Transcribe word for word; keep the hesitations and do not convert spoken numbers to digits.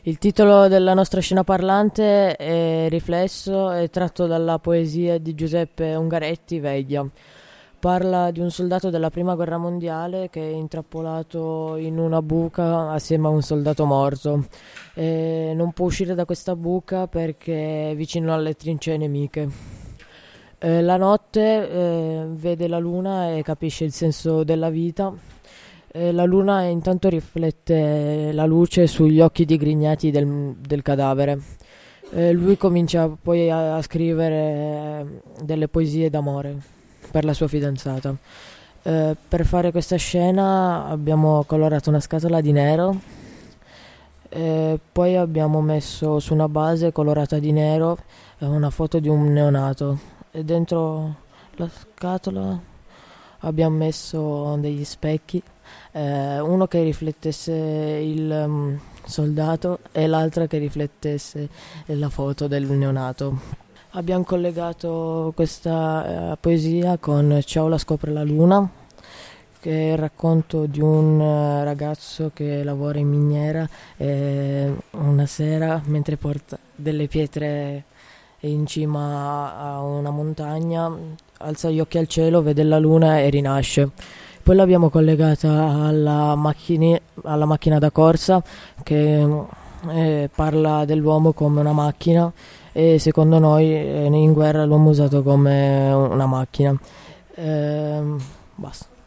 Il titolo della nostra scena parlante è Riflesso, è tratto dalla poesia di Giuseppe Ungaretti, Veglia. Parla di un soldato della prima guerra mondiale che è intrappolato in una buca assieme a un soldato morto. E non può uscire da questa buca perché è vicino alle trincee nemiche. Eh, la notte eh, vede la luna e capisce il senso della vita. Eh, la luna intanto riflette la luce sugli occhi digrignati del, del cadavere. Eh, lui comincia poi a, a scrivere eh, delle poesie d'amore per la sua fidanzata. Eh, per fare questa scena abbiamo colorato una scatola di nero, eh, poi abbiamo messo su una base colorata di nero eh, una foto di un neonato e dentro la scatola abbiamo messo degli specchi, eh, uno che riflettesse il um, soldato e l'altra che riflettesse la foto del neonato. Abbiamo collegato questa eh, poesia con Ciao la scopre la luna, che è il racconto di un eh, ragazzo che lavora in miniera e una sera, mentre porta delle pietre in cima a una montagna, alza gli occhi al cielo, vede la luna e rinasce. Poi l'abbiamo collegata alla, macchini- alla macchina da corsa che eh, parla dell'uomo come una macchina e secondo noi eh, in guerra l'uomo è usato come una macchina. Ehm, basta.